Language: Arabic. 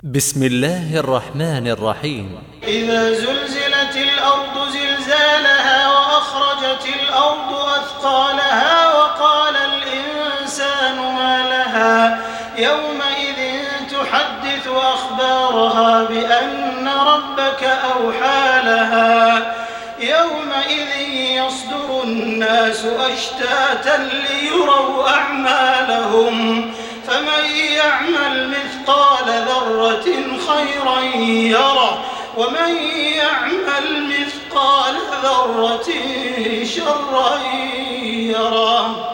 بسم الله الرحمن الرحيم. إذا زلزلت الأرض زلزالها وأخرجت الأرض أثقالها وقال الإنسان ما لها يومئذ تحدث أخبارها بأن ربك أوحى لها يومئذ يصدر الناس أشتاتا ليروا أعمالهم فمن يعمل مثقال ذرة خيرا يره ومن يعمل مثقال ذرة شرا يره.